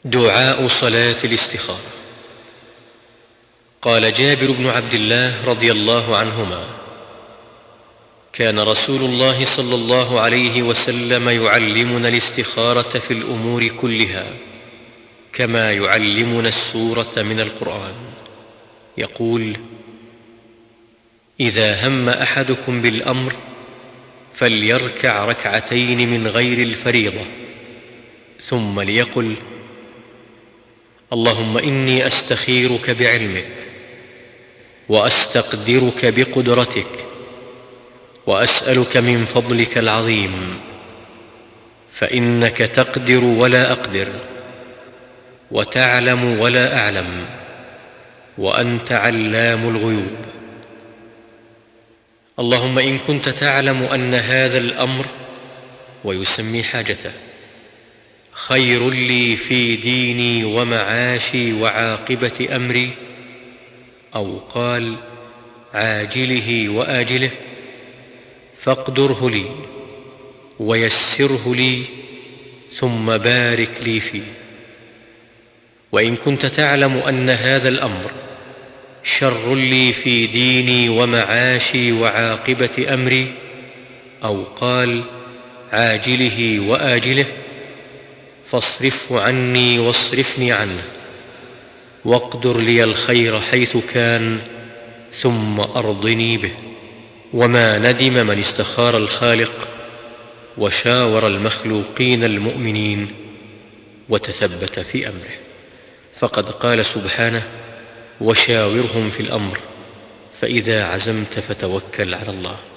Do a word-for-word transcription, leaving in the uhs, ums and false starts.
دعاء صلاة الاستخارة. قال جابر بن عبد الله رضي الله عنهما: كان رسول الله صلى الله عليه وسلم يعلمنا الاستخارة في الأمور كلها كما يعلمنا السورة من القرآن. يقول: إذا هم أحدكم بالأمر فليركع ركعتين من غير الفريضة، ثم ليقل: اللهم إني أستخيرك بعلمك، وأستقدرك بقدرتك، وأسألك من فضلك العظيم، فإنك تقدر ولا أقدر، وتعلم ولا أعلم، وأنت علام الغيوب. اللهم إن كنت تعلم أن هذا الأمر، ويسمي حاجته، خير لي في ديني ومعاشي وعاقبة أمري، أو قال عاجله وآجله، فاقدره لي ويسره لي ثم بارك لي فيه. وإن كنت تعلم أن هذا الأمر شر لي في ديني ومعاشي وعاقبة أمري، أو قال عاجله وآجله، فاصرفه عني واصرفني عنه، واقدر لي الخير حيث كان، ثم أرضني به. وما ندم من استخار الخالق وشاور المخلوقين المؤمنين وتثبت في أمره، فقد قال سبحانه: وشاورهم في الأمر فإذا عزمت فتوكل على الله.